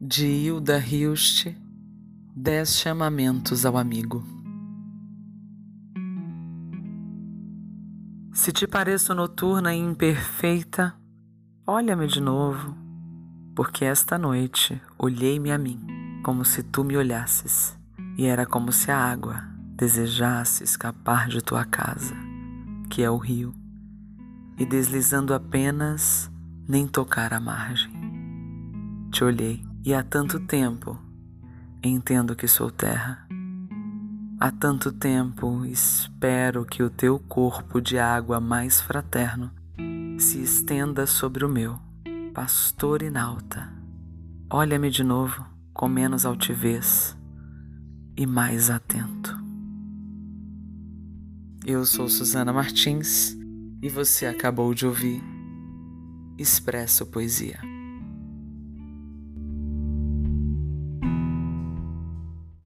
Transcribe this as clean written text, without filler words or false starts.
de Hilda Hilst, 10 chamamentos ao amigo. Se te pareço noturna e imperfeita, olha-me de novo, porque esta noite olhei-me a mim, como se tu me olhasses, e era como se a água desejasse escapar de tua casa, que é o rio, e deslizando apenas, nem tocar a margem. Te olhei, e há tanto tempo entendo que sou terra. Há tanto tempo espero que o teu corpo de água mais fraterno se estenda sobre o meu, pastor inalta. Olha-me de novo com menos altivez e mais atento. Eu sou Susana Martins e você acabou de ouvir Expresso Poesia.